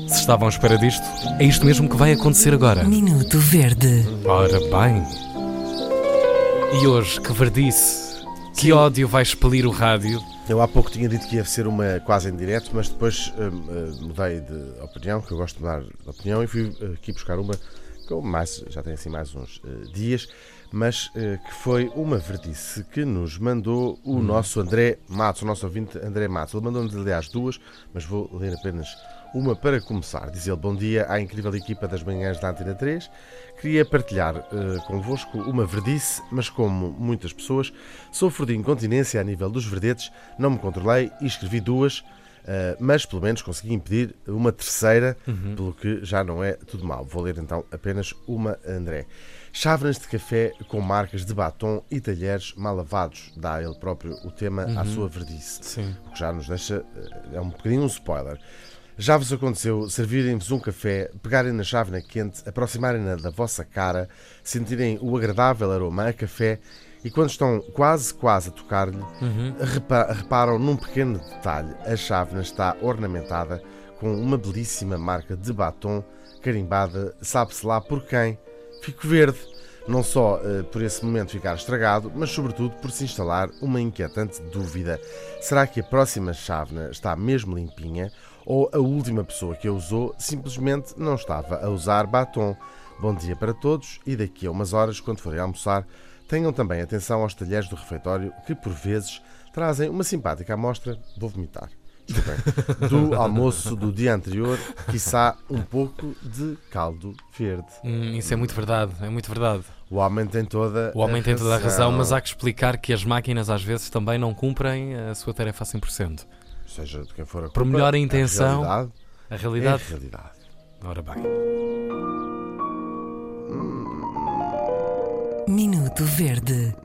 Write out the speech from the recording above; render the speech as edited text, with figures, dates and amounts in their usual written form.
Se estavam à espera disto, é isto mesmo que vai acontecer agora. Minuto Verde. Ora bem. E hoje, que verdice, que ódio vai expelir o rádio. Eu há pouco tinha dito que ia ser uma quase em direto, mas depois mudei de opinião, que eu gosto de mudar de opinião, e fui aqui buscar uma que já tem assim mais uns dias, mas que foi uma verdice que nos mandou o nosso André Matos, o nosso ouvinte André Matos. Ele mandou-nos, aliás, duas, mas vou ler apenas uma para começar. Diz ele: bom dia à incrível equipa das manhãs da Antena 3. Queria partilhar convosco uma verdice, mas como muitas pessoas, sofro de incontinência a nível dos verdetes, não me controlei e escrevi duas, mas pelo menos consegui impedir uma terceira, pelo que já não é tudo mal. Vou ler então apenas uma, André. Chávenas de café com marcas de batom e talheres mal lavados. Dá ele próprio o tema à sua verdice. Sim. O que já nos deixa, é um bocadinho um spoiler. Já vos aconteceu servirem-vos um café, pegarem na chávena quente, aproximarem-na da vossa cara, sentirem o agradável aroma a café e quando estão quase a tocar-lhe, reparam num pequeno detalhe. A chávena está ornamentada com uma belíssima marca de batom, carimbada, sabe-se lá por quem. Fico verde, não só por esse momento ficar estragado, mas sobretudo por se instalar uma inquietante dúvida. Será que a próxima chávena está mesmo limpinha ou a última pessoa que a usou simplesmente não estava a usar batom? Bom dia para todos e daqui a umas horas, quando forem almoçar, tenham também atenção aos talheres do refeitório que, por vezes, trazem uma simpática amostra, vou vomitar, do almoço do dia anterior, quiçá um pouco de caldo verde. Isso é muito verdade, é muito verdade. O homem tem toda a razão, mas há que explicar que as máquinas às vezes também não cumprem a sua tarefa a 100%. Seja de quem for a culpa, Por melhor a intenção, a a realidade. é a realidade. Ora bem. Minuto Verde.